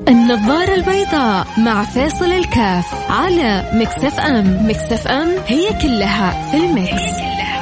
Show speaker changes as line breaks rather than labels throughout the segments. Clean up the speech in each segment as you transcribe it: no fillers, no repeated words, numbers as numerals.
النظارة البيضاء مع فاصل الكاف على ميكس اف ام. ميكس اف ام هي كلها في الميكس.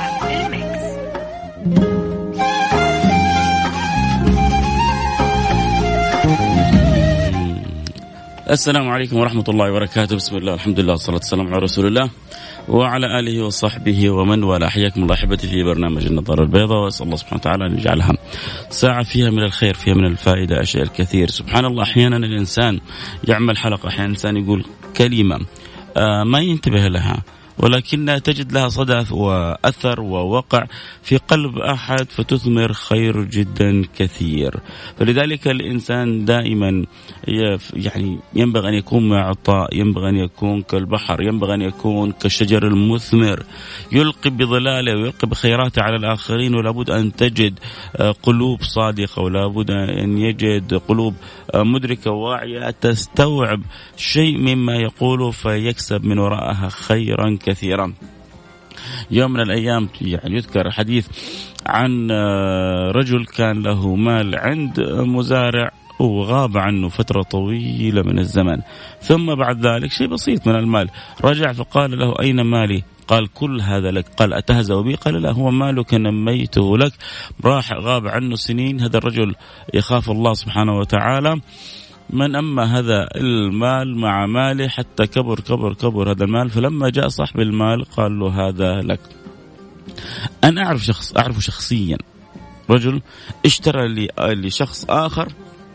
السلام عليكم ورحمة الله وبركاته. بسم الله الحمد لله والصلاة والسلام على رسول الله وعلى آله وصحبه ومن والاه. حياكم الله أحبتي في برنامج النظارة البيضاء، وأسأل الله سبحانه وتعالى أن يجعلها ساعة فيها من الخير، فيها من الفائدة أشياء الكثير. سبحان الله، أحيانا الإنسان يعمل حلقة، أحيانا الإنسان يقول كلمة ما ينتبه لها، ولكنها تجد لها صدى وأثر ووقع في قلب أحد فتثمر خير جدا كثير. فلذلك الإنسان دائما يعني ينبغي أن يكون معطاء، ينبغي أن يكون كالبحر، ينبغي أن يكون كالشجر المثمر يلقي بظلاله ويلقي بخيراته على الآخرين. ولابد أن تجد قلوب صادقة، ولابد أن يجد قلوب مدركة واعية تستوعب شيء مما يقوله فيكسب من وراءها خيرا كثيرا. يوم من الأيام يعني يذكر حديث عن رجل كان له مال عند مزارع وغاب عنه فترة طويلة من الزمن، ثم بعد ذلك شيء بسيط من المال رجع فقال له أين مالي؟ قال كل هذا لك. قال أتهزأ بي؟ قال لا، هو مالك نميته لك. راح غاب عنه سنين. هذا الرجل يخاف الله سبحانه وتعالى، من أما هذا المال مع ماله حتى كبر كبر كبر هذا المال. فلما جاء صاحب المال قال له هذا لك. أنا أعرف شخصيا رجل اشترى لشخص آخر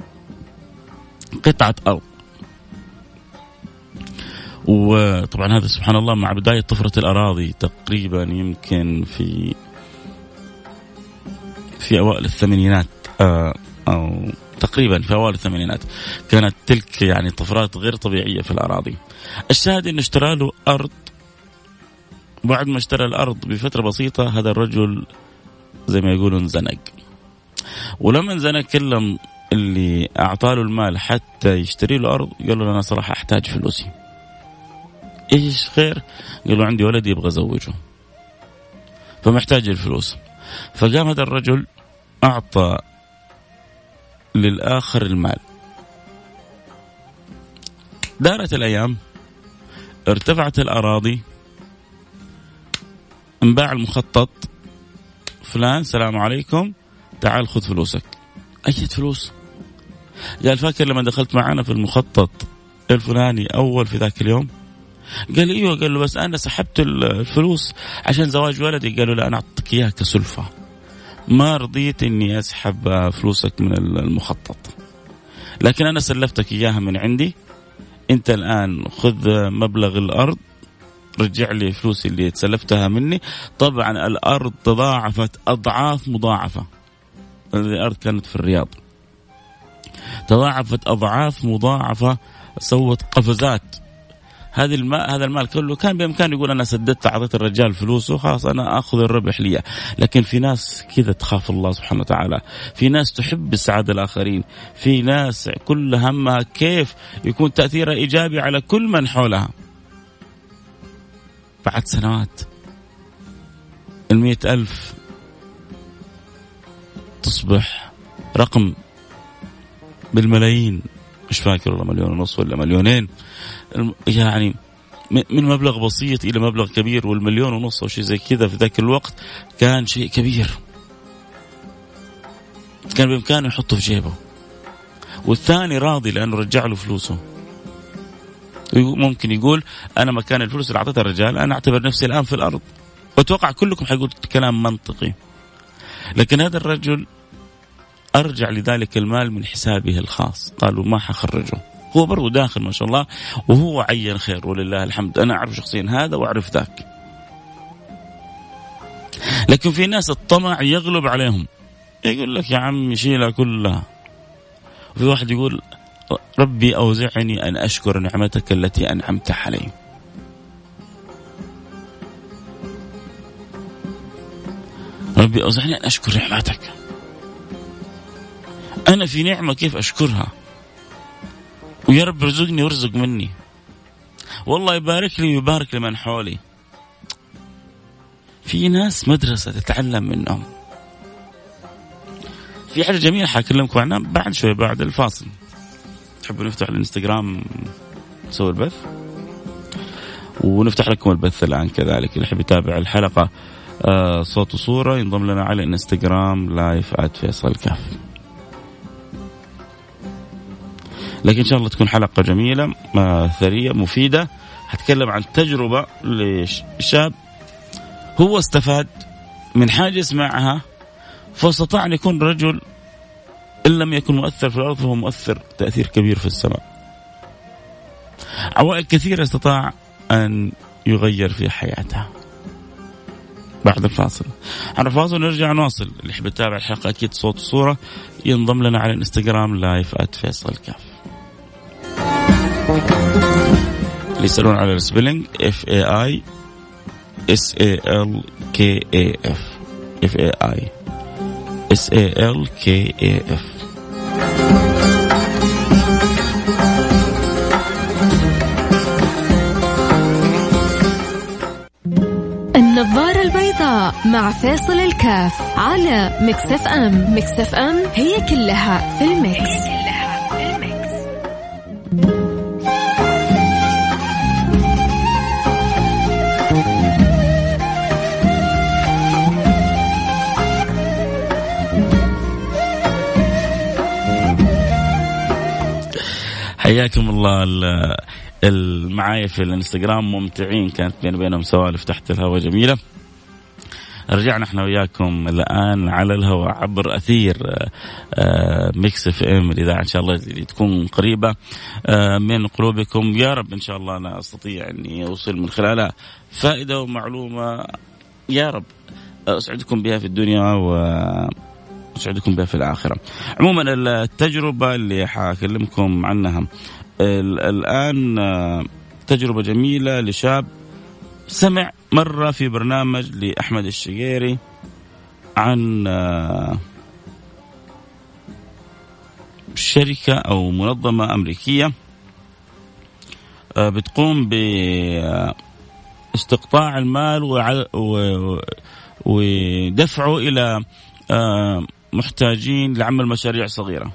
قطعة أرض، وطبعا هذا سبحان الله مع بداية طفرة الأراضي تقريبا يمكن في أوائل الثمانينات أو تقريبا في أوائل الثمانينات كانت تلك يعني طفرات غير طبيعية في الأراضي. الشاهد إنه اشترى له أرض. بعد ما اشترى الأرض بفترة بسيطة هذا الرجل زي ما يقولون انزنق، ولما انزنق كلم اللي أعطاله المال حتى يشتري له أرض، قال له أنا صراحة أحتاج فلوسي. إيش خير؟ قال له عندي ولد يبغى أزوجه فمحتاج الفلوس. فقام هذا الرجل أعطى للآخر المال. دارت الأيام، ارتفعت الأراضي، انباع المخطط، فلان سلام عليكم تعال خذ فلوسك. أي فلوس؟ قال فاكر لما دخلت معنا في المخطط الفلاني أول في ذاك اليوم؟ قال ايوه. قال له بس أنا سحبت الفلوس عشان زواج ولدي. قال له لا، أنا أعطيك إياها كسلفة، ما رضيت إني أسحب فلوسك من المخطط، لكن أنا سلفتك إياها من عندي. أنت الآن خذ مبلغ الأرض، رجع لي فلوسي اللي تسلفتها مني. طبعا الأرض تضاعفت أضعاف مضاعفة. الأرض كانت في الرياض، تضاعفت أضعاف مضاعفة، سوت قفزات. هذا المال كله كان بإمكانه يقول أنا سددت، أعطيت الرجال فلوسه، خلاص أنا أخذ الربح لي. لكن في ناس كذا تخاف الله سبحانه وتعالى، في ناس تحب السعادة الآخرين، في ناس كل همها كيف يكون تأثيرها إيجابي على كل من حولها. بعد سنوات 100,000 تصبح رقم بالملايين، مش فاكر والله 1.5 ولا 2,000,000 يعني، من مبلغ بسيط إلى مبلغ كبير. وال1.5 أو شيء زي كذا في ذاك الوقت كان شيء كبير، كان بإمكانه يحطه في جيبه، والثاني راضي لأنه رجع له فلوسه. ممكن يقول أنا مكان الفلوس اللي أعطيتها الرجال أنا أعتبر نفسي الآن في الأرض، وأتوقع كلكم حيقول كلام منطقي. لكن هذا الرجل أرجع لذلك المال من حسابه الخاص، قالوا ما حخرجه، هو برضو داخل ما شاء الله وهو عين خير ولله الحمد. أنا أعرف شخصيا هذا وأعرف ذاك. لكن في ناس الطمع يغلب عليهم، يقول لك يا عم شيلها كلها. وفي واحد يقول ربي أوزعني أن أشكر نعمتك التي أنعمت علي. ربي أوزعني أن أشكر نعمتك. أنا في نعمة كيف أشكرها؟ ويا رب ارزقني وارزق مني، والله يبارك لي ويبارك لمن حولي. في ناس مدرسة تتعلم منهم. في حاجة جميلة حأكلمكم عنها بعد شوي بعد الفاصل. تحبوا نفتح الانستغرام نسوي البث، ونفتح لكم البث الآن كذلك. اللي يحب يتابع الحلقة صوت وصورة ينضم لنا على الانستغرام لايف @فيصل الكاف. لكن إن شاء الله تكون حلقة جميلة ثرية مفيدة. هتكلم عن تجربة لشاب هو استفاد من حاجة يسمعها فاستطاع أن يكون رجل إن لم يكن مؤثر في الأرض فهو مؤثر تأثير كبير في السماء. عوائل كثيرة استطاع أن يغير في حياتها. بعد الفاصل هنفاصل ونرجع نواصل. اللي يحب يتابع الحلقة أكيد صوت وصورة ينضم لنا على الانستغرام لايف @فيصل الكاف. اللي يسألون على السبيلينج FAISALKAF FAISALKAF.
النظارة البيضاء مع فيصل الكاف على مكسف أم. مكسف أم هي كلها في المكس.
حياكم الله. المعايا في الانستغرام ممتعين، كانت بينهم سوالف تحت الهواء جميلة. رجعنا احنا وياكم الآن على الهواء عبر أثير ميكس اف ام الإذاعة، إن شاء الله تكون قريبة من قلوبكم يا رب. إن شاء الله أنا أستطيع أني أوصل من خلالها فائدة ومعلومة يا رب أسعدكم بها في الدنيا وأسعدكم بها في الآخرة. عموما التجربة اللي حاكلمكم عنها الآن تجربة جميلة لشاب سمع مرة في برنامج لأحمد الشقيري عن شركة أو منظمة أمريكية بتقوم باستقطاع المال ودفعه إلى محتاجين لعمل مشاريع صغيرة.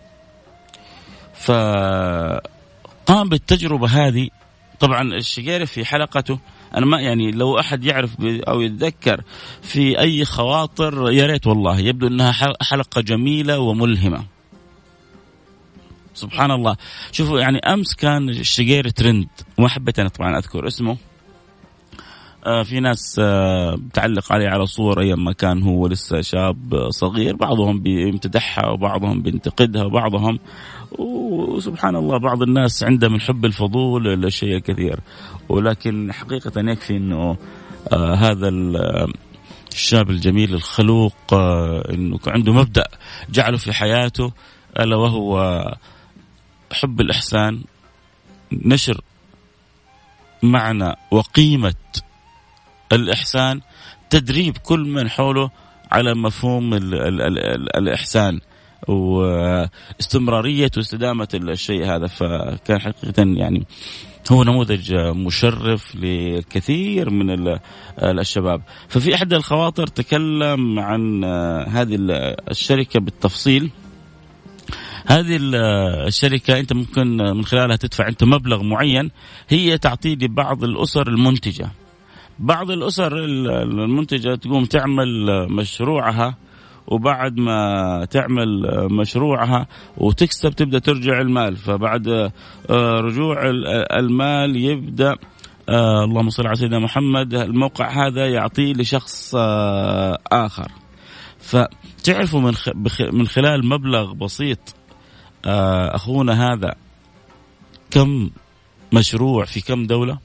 فقام بالتجربة هذه. طبعا الشقيري في حلقته أنا ما يعني لو أحد يعرف أو يتذكر في أي خواطر يا ريت والله، يبدو أنها حلقة جميلة وملهمة. سبحان الله. شوفوا يعني أمس كان الشقيري ترند وما حبيت أنا طبعا أذكر اسمه. في ناس بتعلق عليه على صور أيام ما كان هو لسه شاب صغير، بعضهم بيمتدحها وبعضهم بينتقدها وبعضهم، وسبحان الله بعض الناس عنده من حب الفضول للشيء الكثير. ولكن حقيقة يكفي أنه هذا الشاب الجميل الخلوق أنه عنده مبدأ جعله في حياته ألا وهو حب الإحسان، نشر معنى وقيمة الإحسان، تدريب كل من حوله على مفهوم الإحسان واستمرارية واستدامة الشيء هذا. فكان حقيقة يعني هو نموذج مشرف للكثير من الشباب. ففي أحد الخواطر تكلم عن هذه الشركة بالتفصيل. هذه الشركة أنت ممكن من خلالها تدفع أنت مبلغ معين، هي تعطي لبعض الأسر المنتجة. بعض الأسر المنتجة تقوم تعمل مشروعها، وبعد ما تعمل مشروعها وتكسب تبدأ ترجع المال. فبعد رجوع المال يبدأ اللهم صل على سيدنا محمد الموقع هذا يعطيه لشخص آخر. فتعرفوا من خلال مبلغ بسيط أخونا هذا كم مشروع في كم دولة.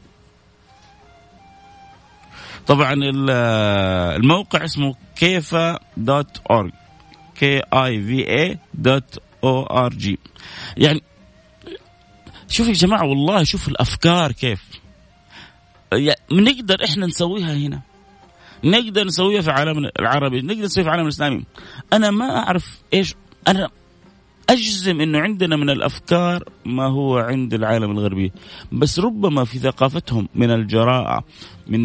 طبعا الموقع اسمه kiva.org kiva.org. يعني شوف يا جماعة والله شوف الأفكار كيف يعني نقدر إحنا نسويها هنا، نقدر نسويها في العالم العربي، نقدر نسويها في العالم الإسلامي. أنا ما أعرف إيش، أنا أجزم إنه عندنا من الأفكار ما هو عند العالم الغربي، بس ربما في ثقافتهم من الجراءة، من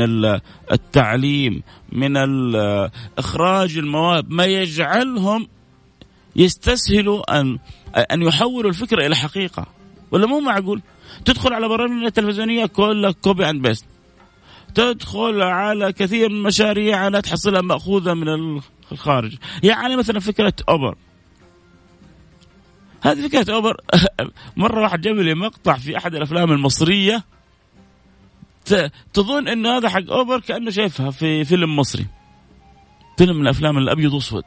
التعليم، من إخراج المواهب، ما يجعلهم يستسهلوا أن يحولوا الفكرة إلى حقيقة. ولا مو معقول تدخل على برامج تلفزيونية كلها كوبي أند بيست، تدخل على كثير من المشاريع لا تحصلها مأخوذة من الخارج. يعني مثلا فكرة أوبر، هذه فكرة أوبر مرة واحد جاب لي مقطع في أحد الأفلام المصرية، تظن إنه هذا حق أوبر كأنه شايفها في فيلم مصري، فيلم من الأفلام الأبيض وأسود.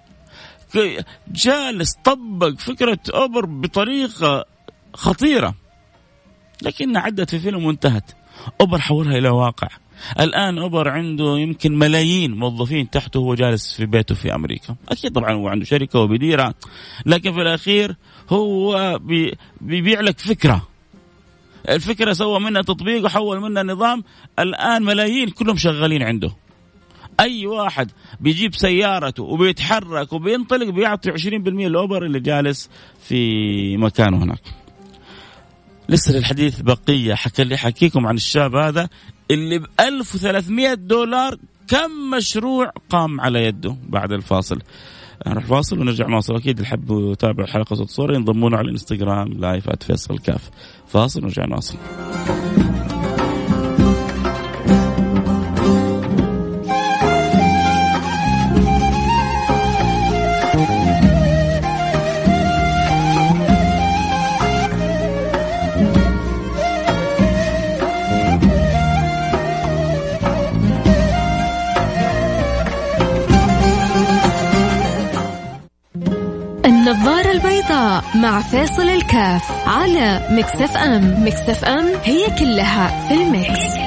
جالس طبق فكرة أوبر بطريقة خطيرة، لكنها عدت في فيلم وانتهت. أوبر حولها إلى واقع. الآن أوبر عنده يمكن ملايين موظفين تحته، هو جالس في بيته في أمريكا. أكيد طبعا هو عنده شركة وبيديرها، لكن في الأخير هو بيبيع لك فكرة. الفكرة سوى منها تطبيق وحول منها نظام. الآن ملايين كلهم شغالين عنده. أي واحد بيجيب سيارته وبيتحرك وبينطلق بيعطي 20% لأوبر اللي جالس في مكانه هناك. لسه للحديث بقية. حكيكم عن الشاب هذا اللي $1300 كم مشروع قام على يده. بعد الفاصل نروح فاصل ونرجع نواصل. أكيد اللي حبوا يتابعوا الحلقة صوت صورة ينضمونا على الانستغرام لايف @فيصل كاف. فاصل ونرجع نواصل.
النظارة البيضاء مع فيصل الكاف على مكسف أم. مكسف أم هي كلها في المكس.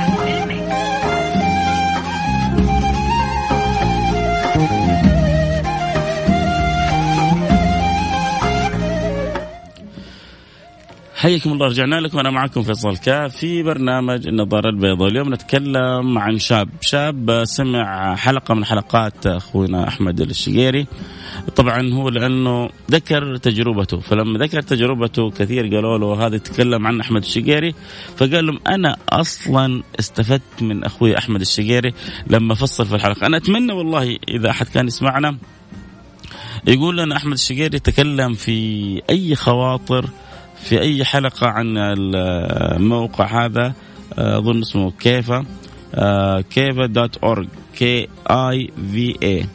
حياكم الله. رجعنا لكم، أنا معكم فيصل كاف في برنامج النظارة البيضاء. اليوم نتكلم عن شاب سمع حلقة من حلقات أخونا أحمد الشقيري. طبعا هو لأنه ذكر تجربته، فلما ذكر تجربته كثير قالوا له هذا يتكلم عن أحمد الشقيري، فقال لهم أنا أصلا استفدت من أخوي أحمد الشقيري لما فصل في الحلقة. أنا أتمنى والله إذا أحد كان يسمعنا يقول لنا أحمد الشقيري تكلم في أي خواطر في أي حلقة عن الموقع هذا، أظن اسمه كيفا.org KIVA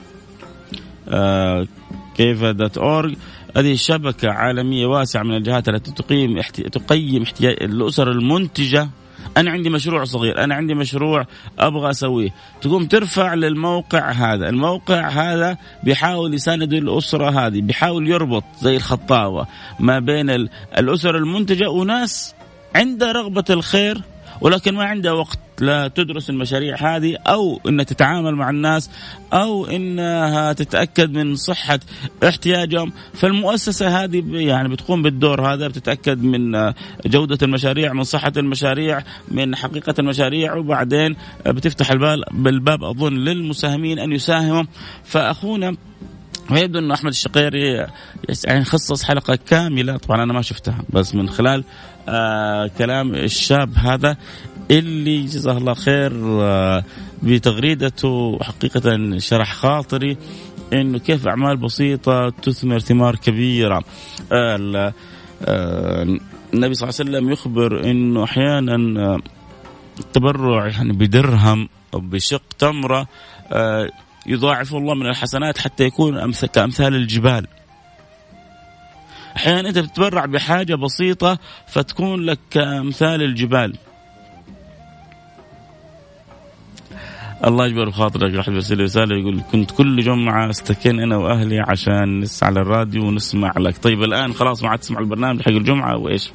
كيفا.org. هذه شبكة عالمية واسعة من الجهات التي تقيم احتياج الأسر المنتجة. أنا عندي مشروع صغير، أنا عندي مشروع أبغى أسويه، تقوم ترفع للموقع هذا. الموقع هذا بيحاول يساند الأسرة هذه، بيحاول يربط زي الخطاوة ما بين الأسر المنتجة وناس عندها رغبة الخير ولكن ما عندها وقت لا تدرس المشاريع هذه أو إنها تتعامل مع الناس أو إنها تتأكد من صحة احتياجهم. فالمؤسسة هذه يعني بتقوم بالدور هذا، بتتأكد من جودة المشاريع، من صحة المشاريع، من حقيقة المشاريع، وبعدين بتفتح الباب أظن للمساهمين أن يساهموا. فأخونا ويبدو أنه أحمد الشقيري يعني خصص حلقة كاملة، طبعا أنا ما شفتها، بس من خلال كلام الشاب هذا اللي جزاه الله خير بتغريدته حقيقة شرح خاطري إنه كيف أعمال بسيطة تثمر ثمار كبيرة. النبي صلى الله عليه وسلم يخبر إنه أحيانا التبرع يعني بدرهم أو بشق تمرة يضاعف الله من الحسنات حتى يكون كأمثال الجبال. أحيانا أنت بتتبرع بحاجة بسيطة فتكون لك كأمثال الجبال. الله يجبر بخاطرك. راح يرسل رسالة يقول كنت كل جمعة استكين أنا وأهلي عشان نسمع على الراديو ونسمع لك. طيب الآن خلاص ما عاد تسمع البرنامج حق الجمعة وإيش؟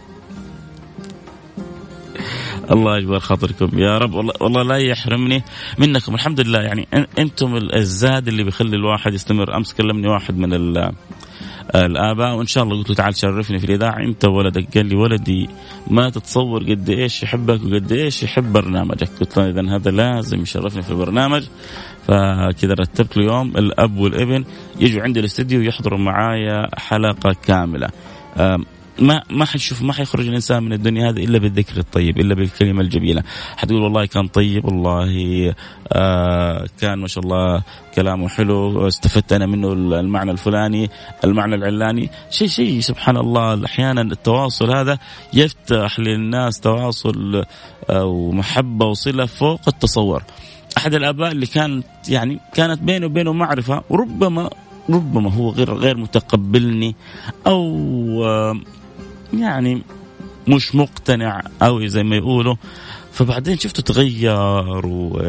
الله يجبر خاطركم يا رب. والله لا يحرمني منكم. الحمد لله يعني أنتم الزاد اللي بيخلي الواحد يستمر. أمس كلمني واحد من الآباء وإن شاء الله قلت له تعال شرفني في الإذاعة أنت ولدك. قال لي ولدي ما تتصور قد إيش يحبك وقد إيش يحب برنامجك. قلت له إذن هذا لازم يشرفني في البرنامج. فكذا رتبت له يوم الأب والابن يجوا عندي الاستديو ويحضروا معايا حلقة كاملة. ما حتشوف، ما حيخرج الإنسان من الدنيا هذه إلا بالذكر الطيب، إلا بالكلمة الجميلة. حتقول والله كان طيب، والله كان ما شاء الله كلامه حلو، استفدت أنا منه المعنى الفلاني، المعنى العلاني. شيء سبحان الله. أحيانا التواصل هذا يفتح للناس تواصل ومحبة وصلة فوق التصور. أحد الآباء اللي كانت بينه وبينه معرفة، وربما هو غير متقبلني أو يعني مش مقتنع أو زي ما يقولوا، فبعدين شفته تغير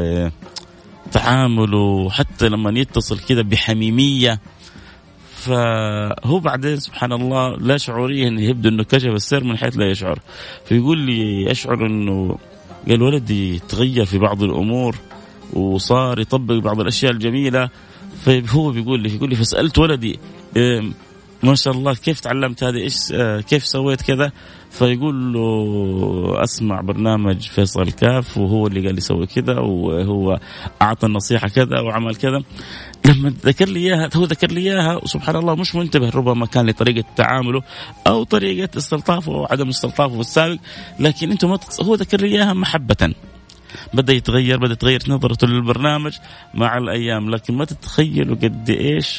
وتعامله، حتى لما يتصل كده بحميمية. فهو بعدين سبحان الله لا شعوريا يبدو أنه كشف السر من حيث لا يشعر. فيقول لي أشعر أنه قال ولدي تغير في بعض الأمور وصار يطبق بعض الأشياء الجميلة. فهو بيقول لي فسألت ولدي ما شاء الله كيف تعلمت هذا، إيش كيف سويت كذا؟ فيقول له أسمع برنامج فيصل الكاف وهو اللي قال لي سوي كذا، وهو أعطى النصيحة كذا وعمل كذا. لما ذكر لي إياها، هو ذكر لي إياها وسبحان الله مش منتبه، ربما كان لطريقة تعامله أو طريقة استلطافه أو عدم استلطافه في السابق، لكن أنتم هو ذكر لي إياها محبة. بدأ تغير نظرته للبرنامج مع الأيام، لكن ما تتخيلوا قد إيش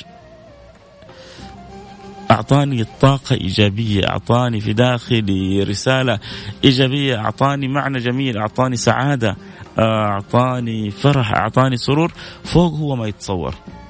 أعطاني طاقة إيجابية، أعطاني في داخلي رسالة إيجابية، أعطاني معنى جميل، أعطاني سعادة، أعطاني فرح، أعطاني سرور فوق هو ما يتصور.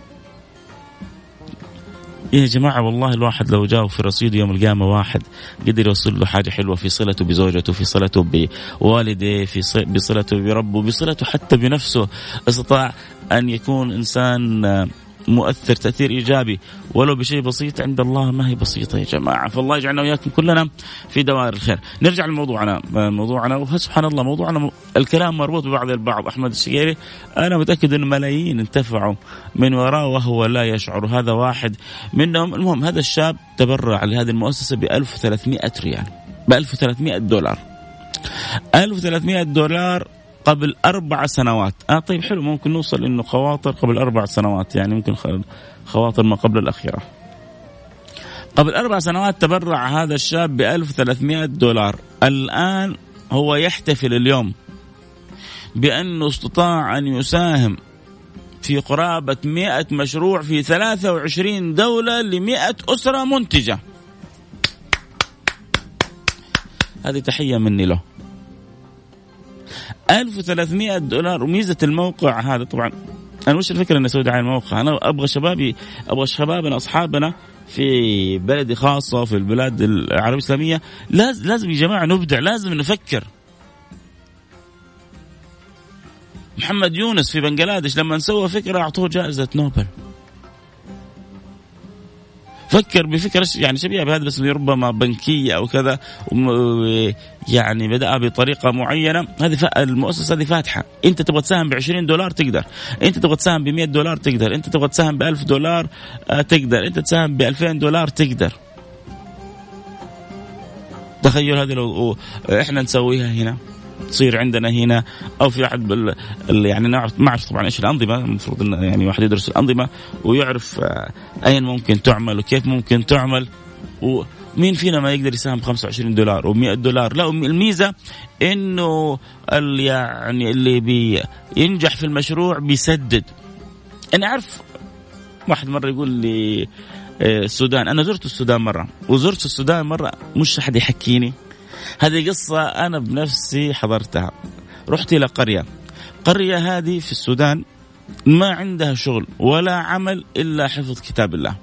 يا جماعة والله الواحد لو جاء في رصيده يوم القيامة واحد قدر يوصل له حاجة حلوة في صلته بزوجته، في صلته بوالده، بصلته بربه، بصلته حتى بنفسه، استطاع أن يكون إنسان مؤثر تأثير إيجابي ولو بشيء بسيط، عند الله ما هي بسيطة يا جماعة. فالله يجعلنا وياكم كلنا في دوائر الخير. نرجع لموضوعنا وسبحان الله موضوعنا الكلام مربوط ببعض البعض. أحمد الشقيري أنا متأكد أن ملايين انتفعوا من وراءه وهو لا يشعر، هذا واحد منهم. المهم هذا الشاب تبرع لهذه المؤسسة ب1300 ريال، ب1300 $1300 قبل 4 سنوات. طيب حلو، ممكن نوصل إنه خواطر قبل 4 سنوات، يعني ممكن خواطر ما قبل الأخيرة. قبل 4 سنوات تبرع هذا الشاب $1300. الآن هو يحتفل اليوم بأنه استطاع أن يساهم في قرابة 100 مشروع في 23 دولة ل100 أسرة منتجة. هذه تحية مني له. $1300. وميزة الموقع هذا طبعا أنا وش الفكرة أن أسوي دعاية الموقع؟ أنا أبغى شبابنا أصحابنا في بلدي خاصة في البلاد العربية الإسلامية لازم يا جماعة نبدع، لازم نفكر. محمد يونس في بنغلاديش لما نسوى فكرة أعطوه جائزة نوبل. فكر بفكرة يعني شبيهة بهذا بس ربما بنكية أو كذا، يعني بدأ بطريقة معينة. هذه المؤسسة هذه فاتحة. أنت تبغى تساهم $20 تقدر، أنت تبغى تساهم $100 تقدر، أنت تبغى تساهم $1000 تقدر، أنت تساهم $2000 تقدر. تخيل هذه لو إحنا نسويها هنا تصير عندنا هنا أو في أحد يعني ما أعرف طبعا إيش الأنظمة، المفروض إن يعني واحد يدرس الأنظمة ويعرف أين ممكن تعمل وكيف ممكن تعمل، ومين فينا ما يقدر يساهم $25 و$100. لا، الميزة إنه يعني اللي بينجح في المشروع بيسدد. أنا أعرف واحد مرة يقول لي السودان، أنا زرت السودان مرة وزرت السودان مرة مش أحد يحكيني، هذه قصة أنا بنفسي حضرتها. رحت إلى قرية هذه في السودان ما عندها شغل ولا عمل إلا حفظ كتاب الله،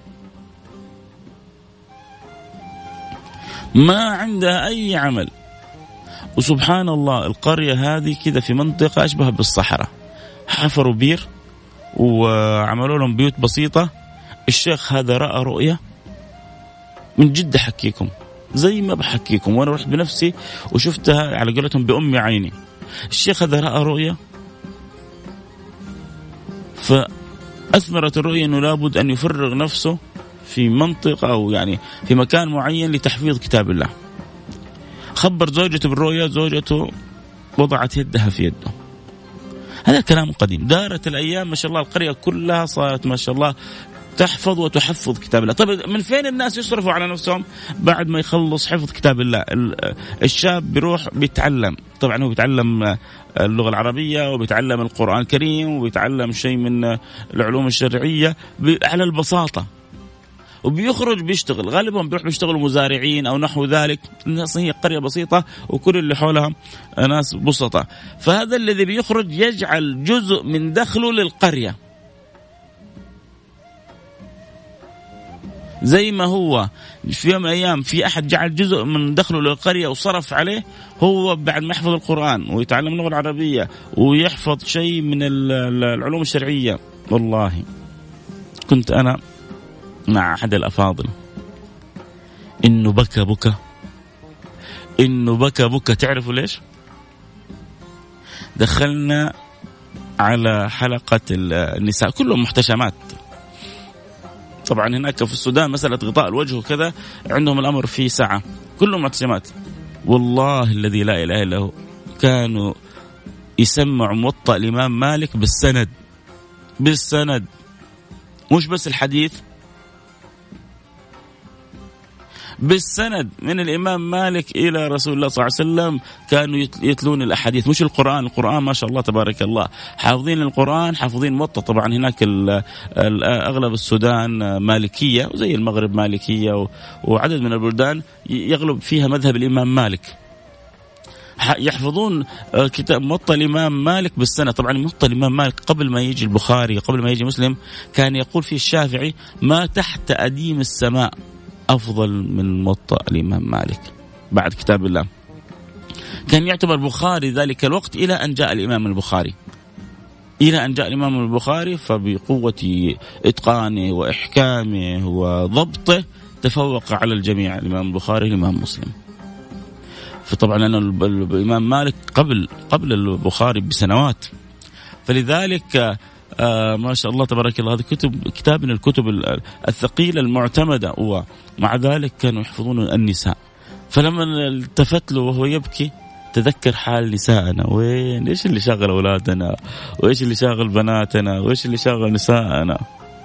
ما عندها أي عمل. وسبحان الله القرية هذه كذا في منطقة أشبه بالصحراء، حفروا بير وعملوا لهم بيوت بسيطة. الشيخ هذا رأى رؤية من جد حكيكم زي ما بحكيكم، وأنا رحت بنفسي وشفتها على قولتهم بأم عيني. الشيخ هذا رأى رؤية، فأثمرت الرؤية أنه لابد أن يفرغ نفسه في منطقة أو يعني في مكان معين لتحفيظ كتاب الله. خبر زوجته بالرؤية، زوجته وضعت يدها في يده. هذا كلام قديم. دارت الأيام ما شاء الله القرية كلها صارت ما شاء الله تحفظ وتحفظ كتاب الله. طيب من فين الناس يصرفوا على نفسهم بعد ما يخلص حفظ كتاب الله؟ الشاب بيروح بيتعلم، طبعا هو بيتعلم اللغة العربية وبيتعلم القرآن الكريم وبيتعلم شيء من العلوم الشرعية على البساطة، وبيخرج بيشتغل. غالبا بيروح بيشتغلوا مزارعين أو نحو ذلك. الناس هي قرية بسيطة وكل اللي حولها ناس بسطة، فهذا الذي بيخرج يجعل جزء من دخله للقرية، زي ما هو في يوم من الأيام في أحد جعل جزء من دخله للقرية وصرف عليه. هو بعد ما يحفظ القرآن ويتعلم اللغة العربية ويحفظ شيء من العلوم الشرعية. والله كنت أنا مع أحد الأفاضل إنه بكى بكى. تعرفوا ليش؟ دخلنا على حلقة النساء كلهم محتشمات. طبعا هناك في السودان مسألة غطاء الوجه وكذا عندهم الأمر في ساعة، كلهم محتشمات. والله الذي لا إله إلا هو كانوا يسمعوا موطأ الإمام مالك بالسند، مش بس الحديث، بالسند من الإمام مالك إلى رسول الله صلى الله عليه وسلم. كانوا يتلون الأحاديث مش القرآن ما شاء الله تبارك الله، حافظين القرآن، حافظين موطأ. طبعا هناك أغلب السودان مالكية وزي المغرب مالكية، وعدد من البلدان يغلب فيها مذهب الإمام مالك، يحفظون كتاب موطأ الإمام مالك بالسنة. طبعا موطأ الإمام مالك قبل ما يجي البخاري قبل ما يجي مسلم كان يقول فيه الشافعي ما تحت أديم السماء أفضل من موطأ الإمام مالك بعد كتاب الله. كان يعتبر البخاري ذلك الوقت إلى أن جاء الإمام البخاري، فبقوة إتقانه وإحكامه وضبطه تفوق على الجميع الإمام البخاري الإمام مسلم. فطبعا أنا الإمام مالك قبل البخاري بسنوات، فلذلك ما شاء الله تبارك الله هذا كتاب من الكتب الثقيلة المعتمدة. ومع ذلك كانوا يحفظون النساء. فلما التفت له وهو يبكي تذكر حال نسائنا، وين إيش اللي شاغل أولادنا، وإيش اللي شاغل بناتنا، وإيش اللي شاغل نسائنا.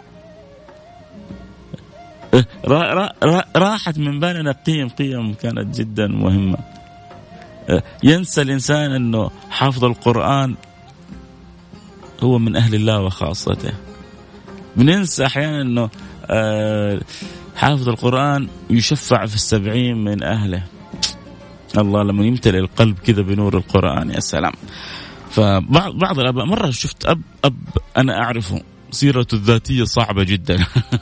راحت من بالنا قيم كانت جدا مهمة. ينسى الإنسان أنه حافظ القرآن هو من أهل الله وخاصته. بننسى أحيانا أنه حافظ القرآن يشفع في 70 من أهله. الله لما يمتلئ القلب كذا بنور القرآن يا سلام. فبعض الآباء مرة شفت أب أنا أعرفه سيرته الذاتية صعبة جدا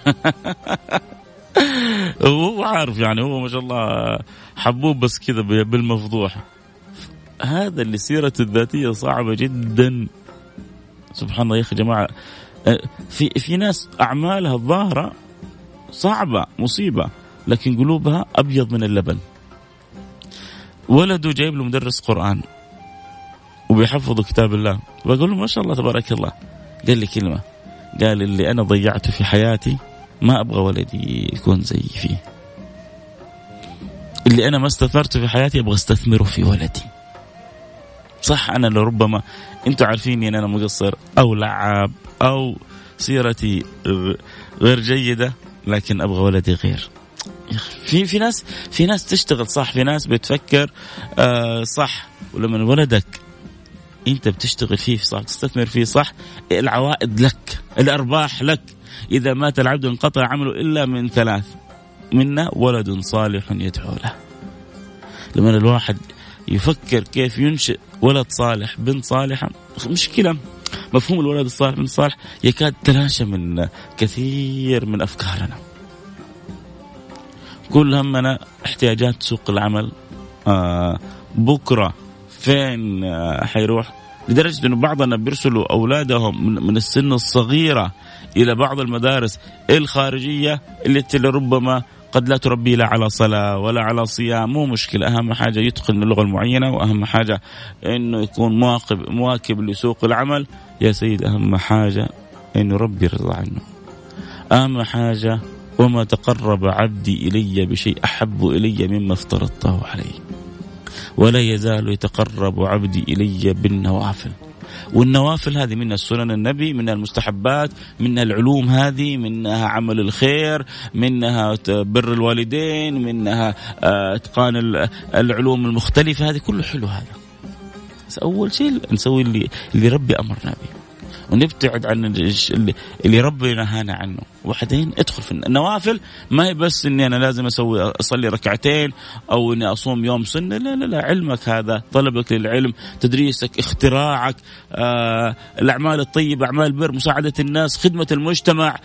وهو عارف يعني هو ما شاء الله حبوب بس كذا بالمفضوح. هذا اللي سيرته الذاتية صعبة جدا. سبحان الله يا أخي جماعة، في ناس أعمالها الظاهرة صعبة مصيبة لكن قلوبها أبيض من اللبن. ولده جايب له مدرس قرآن وبيحفظوا كتاب الله، بقول له ما شاء الله تبارك الله. قال لي كلمة، قال اللي أنا ضيعته في حياتي ما أبغى ولدي يكون زي فيه. اللي أنا ما استثمرته في حياتي أبغى استثمره في ولدي. صح أنا لربما أنتوا عارفيني أن أنا مقصر أو لعاب أو سيرتي غير جيدة، لكن أبغى ولدي غير. في ناس تشتغل صح، في ناس بتفكر صح، ولما ولدك أنت بتشتغل فيه صح، تستثمر فيه صح، العوائد لك، الأرباح لك. إذا مات العبد انقطع عمله إلا من 3، منا ولد صالح يدعو له. لما الواحد يفكر كيف ينشئ ولد صالح بنت صالحة، مشكلة مفهوم الولد الصالح بنت صالح يكاد تلاشى من كثير من أفكارنا. كل همنا احتياجات سوق العمل، بكرة فين حيروح، لدرجة أنه بعضنا بيرسلوا أولادهم من السن الصغيرة إلى بعض المدارس الخارجية التي لربما قد لا تربي لا على صلاة ولا على صيام. مو مشكلة، أهم حاجة يتقن اللغة المعينة، وأهم حاجة أنه يكون مواكب لسوق العمل. يا سيد أهم حاجة أنه ربي يرضى عنه. أهم حاجة وما تقرب عبدي إلي بشيء أحب إلي مما افترضته عليه، ولا يزال يتقرب عبدي إلي بالنوافل والنوافل هذه منها السنن النبي، منها المستحبات، منها العلوم هذه، منها عمل الخير، منها بر الوالدين، منها اتقان العلوم المختلفة، هذه كله حلو هذا. بس أول شيء نسوي اللي ربي أمرنا به، ونبتعد عن اللي ربنا نهانا عنه. وبعدين ادخل في النوافل. ما هي بس اني انا لازم اصلي ركعتين او اني اصوم يوم سنه، لا لا لا، علمك هذا، طلبك للعلم، تدريسك، اختراعك، الاعمال الطيبه، اعمال البر، مساعده الناس، خدمه المجتمع،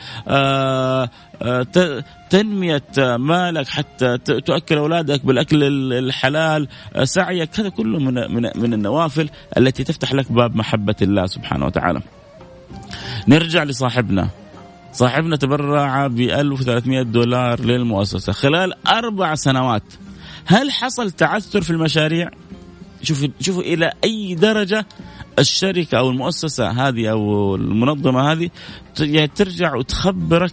تنميه مالك حتى تؤكل اولادك بالاكل الحلال، سعيك، هذا كله من النوافل التي تفتح لك باب محبه الله سبحانه وتعالى. نرجع لصاحبنا. صاحبنا تبرع $1300 للمؤسسة خلال 4 سنوات. هل حصل تعثر في المشاريع؟ شوفوا إلى أي درجة الشركة أو المؤسسة هذه أو المنظمة هذه يعني ترجع وتخبرك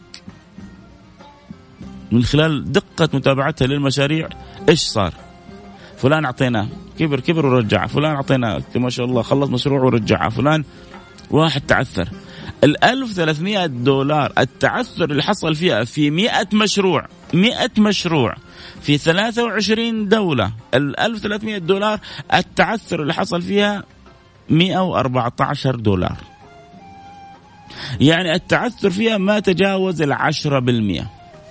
من خلال دقة متابعتها للمشاريع إيش صار. فلان أعطيناه كبر ورجع، فلان أعطيناه ما شاء الله خلص مشروع ورجع، فلان واحد تعثر. $1300 التعثر اللي حصل فيها في 100 مشروع في 23 دولة. $1300 التعثر اللي حصل فيها $114، يعني التعثر فيها ما تجاوز 10%.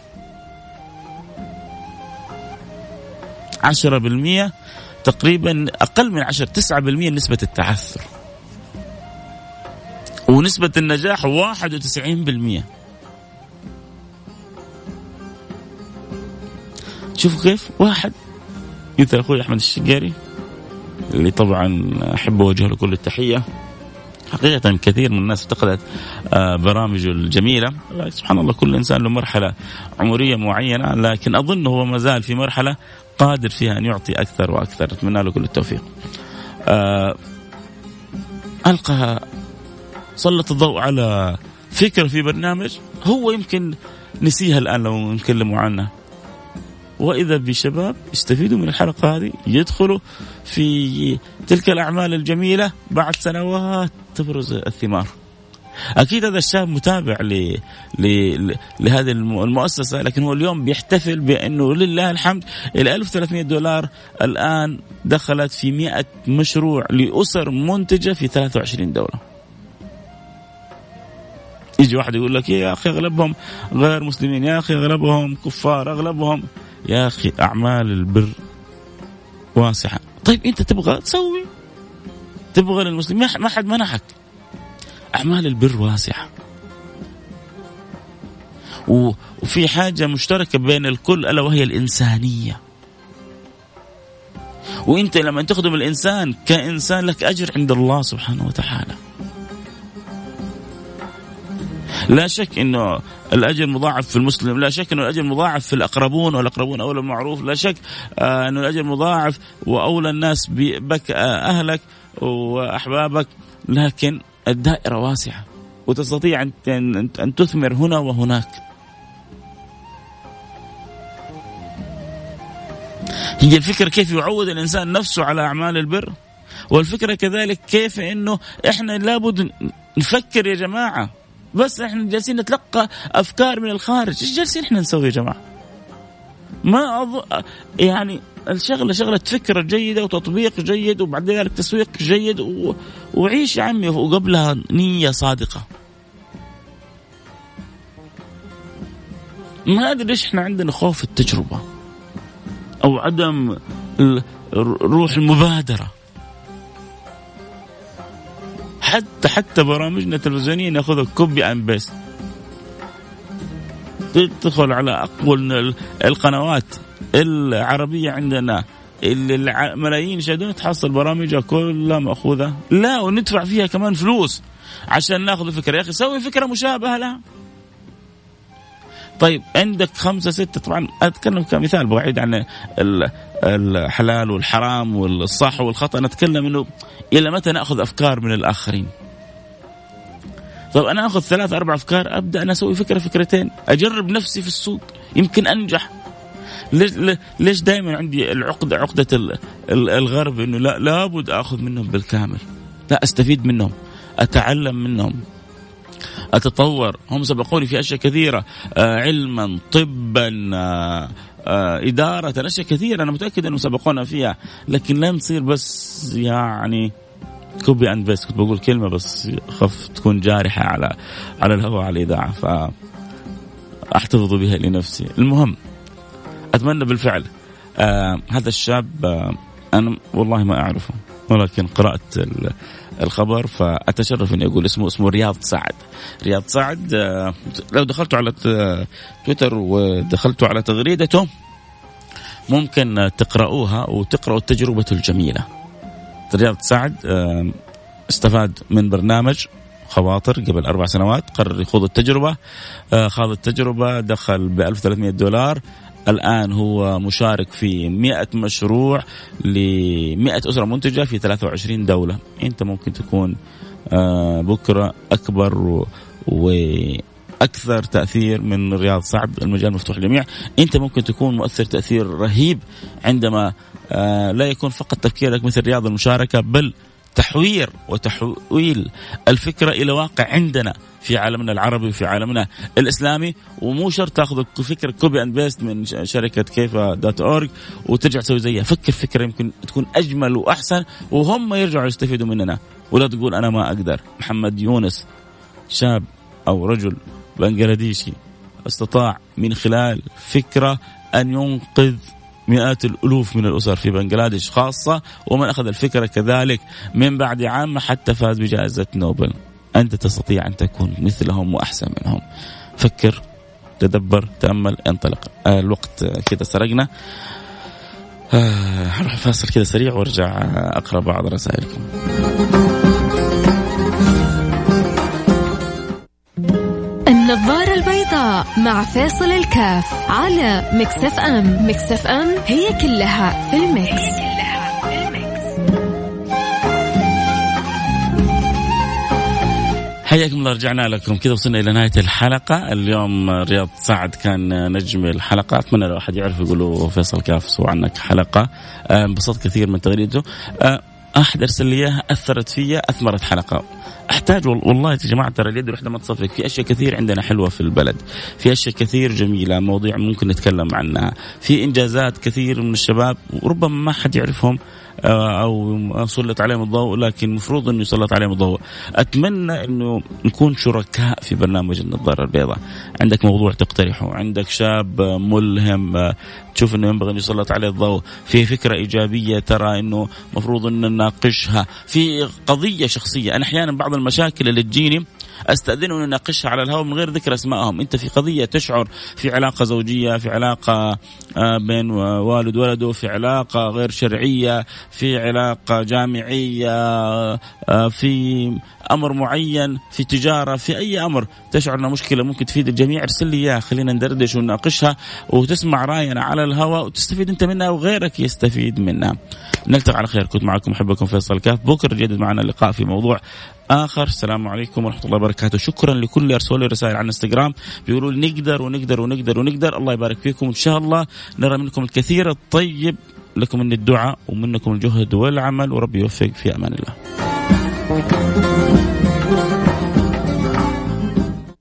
10% تقريبا، أقل من 10، 9% نسبة التعثر، ونسبة النجاح 91%. شوفوا كيف واحد مثل أخوي أحمد الشقيري اللي طبعا أحب أوجه له كل التحية. حقيقة كثير من الناس افتقدت برامجه الجميلة. سبحان الله، كل إنسان له مرحلة عمرية معينة، لكن أظن هو مازال في مرحلة قادر فيها أن يعطي أكثر وأكثر. أتمنى له كل التوفيق. ألقى سلط الضوء على فكرة في برنامج هو يمكن نسيها الآن لو نتكلموا عنها، وإذا بشباب يستفيدوا من الحلقة هذه، يدخلوا في تلك الأعمال الجميلة، بعد سنوات تبرز الثمار. أكيد هذا الشاب متابع لهذه المؤسسة، لكن هو اليوم بيحتفل بأنه لله الحمد $1300 الآن دخلت في 100 مشروع لأسر منتجة في 23 دولة. يجي واحد يقول لك يا أخي أغلبهم غير مسلمين، يا أخي أغلبهم كفار، أغلبهم، يا أخي أعمال البر واسعة. طيب أنت تبغى تسوي، تبغى للمسلمين، ما حد منحك. أعمال البر واسعة، وفي حاجة مشتركة بين الكل ألا وهي الإنسانية. وأنت لما تخدم الإنسان كإنسان لك أجر عند الله سبحانه وتعالى. لا شك إنه الأجر مضاعف في المسلم، لا شك إنه الأجر مضاعف في الأقربون، والأقربون أولى بالمعروف، لا شك إنه الأجر مضاعف وأولى الناس بك أهلك وأحبابك، لكن الدائرة واسعة وتستطيع أن تثمر هنا وهناك. هي الفكرة كيف يعود الإنسان نفسه على أعمال البر، والفكرة كذلك كيف إنه إحنا لابد نفكر يا جماعة. بس إحنا جالسين نتلقى أفكار من الخارج، إيش جالسين إحنا نسوي يا جماعة؟ ما يعني شغلة فكرة جيدة وتطبيق جيد وبعد ذلك تسويق جيد وعيش يا عمي، وقبلها نية صادقة. ما أدري ليش إحنا عندنا خوف التجربة أو عدم روح المبادرة. حتى برامجنا التلفزيونية نأخذها كوبي أند بيست، تدخل على أقوى القنوات العربية عندنا اللي ملايين يشاهدون، تحصل برامجها كلها مأخوذة، لا وندفع فيها كمان فلوس عشان ناخذ فكرة. يا أخي سوي فكرة مشابهة لها. طيب عندك 5 6، طبعا أتكلم كمثال بعيد عن الحلال والحرام والصح والخطأ، نتكلم إنه إلى متى نأخذ أفكار من الآخرين. طب أنا أخذ 3 4 أفكار، أبدأ أنا أسوي فكرتين، أجرب نفسي في السوق، يمكن أنجح. ليش دائما عندي عقدة الغرب إنه لابد أخذ منهم بالكامل؟ لا، أستفيد منهم، أتعلم منهم، أتطور. هم سبقوني في أشياء كثيرة، علما، طبا، إدارة، أشياء كثيرة أنا متأكد أنهم سبقونا فيها، لكن لا نصير بس يعني كوبي أند بس. كنت بقول كلمة بس خف تكون جارحة على الهواء، على الإذاعة، فأحتفظ بها لنفسي. المهم أتمنى بالفعل هذا الشاب أنا والله ما أعرفه، ولكن قرأت الخبر فأتشرف أن أقول اسمه رياض سعد. رياض سعد لو دخلتوا على تويتر ودخلتوا على تغريدته ممكن تقرأوها وتقرأوا التجربة الجميلة. رياض سعد استفاد من برنامج خواطر قبل 4 سنوات، قرر يخوض التجربة، خاض التجربة، دخل $1300. الآن هو مشارك في 100 مشروع ل100 أسرة منتجة في 23 دولة. أنت ممكن تكون بكرة أكبر وأكثر تأثير من رياض سعد. المجال مفتوح للجميع. أنت ممكن تكون مؤثر تأثير رهيب عندما لا يكون فقط تفكيرك مثل رياض المشاركة، بل تحوير وتحويل الفكرة إلى واقع عندنا في عالمنا العربي وفي عالمنا الإسلامي. ومو شرط تأخذ فكرة كوبي أند بيست من شركة كيفا.org وترجع تسوي زيها. فكر فكرة يمكن تكون أجمل وأحسن وهم يرجعوا يستفيدوا مننا، ولا تقول أنا ما أقدر. محمد يونس شاب أو رجل بنغلاديشي استطاع من خلال فكرة أن ينقذ مئات الألوف من الأسر في بنغلاديش خاصة، ومن أخذ الفكرة كذلك من بعد عام حتى فاز بجائزة نوبل. أنت تستطيع أن تكون مثلهم وأحسن منهم. فكر، تدبر، تأمل، انطلق. الوقت كده سرقنا. هروح فاصل كده سريع وارجع أقرأ بعض رسائلكم.
النظارة البيضاء مع فاصل الكاف على ميكس اف ام. ميكس اف ام هي كلها في الميكس.
حياكم الله، رجعنا لكم كذا، وصلنا إلى نهاية الحلقة. اليوم رياض سعد كان نجم الحلقة. أتمنى لو أحد يعرف يقولوا فيصل كاف سوى عنك حلقة. انبسطت كثير من تغريدته. أحد أرسل لي إياها أثرت فيا، أثمرت حلقة. أحتاج والله يا جماعة، ترى اليد الواحدة ما تصفق. في أشياء كثير عندنا حلوة في البلد، في أشياء كثير جميلة، مواضيع ممكن نتكلم عنها، في إنجازات كثير من الشباب وربما ما حد يعرفهم أو سلط عليهم الضوء، لكن مفروض أنه يسلط عليهم الضوء. أتمنى أنه نكون شركاء في برنامج النظارة البيضاء. عندك موضوع تقترحه، عندك شاب ملهم تشوف أنه ينبغي أن يسلط عليه الضوء، في فكرة إيجابية ترى أنه مفروض أن نناقشها، في قضية شخصية. أنا أحيانا بعض المشاكل اللي تجيني أستأذن أن نناقشها على الهواء من غير ذكر أسمائهم. أنت في قضية تشعر في علاقة زوجية، في علاقة بين والد ولده، في علاقة غير شرعية، في علاقة جامعية، في أمر معين، في تجارة، في أي أمر تشعر أنها مشكلة ممكن تفيد الجميع، ارسل لي إياها، خلينا ندردش ونناقشها وتسمع رأينا على الهواء وتستفيد أنت منها وغيرك يستفيد منها. نلتقي على خير. كنت معكم أحبكم فيصل كاف. بكرة جديد معنا اللقاء في موضوع آخر. السلام عليكم ورحمة الله وبركاته. شكرا لكل أرسلوا لي رسائل على الانستغرام بيقولوا نقدر ونقدر ونقدر ونقدر. الله يبارك فيكم، إن شاء الله نرى منكم الكثير الطيب، لكم من الدعاء ومنكم الجهد والعمل، وربي يوفق. في أمان الله.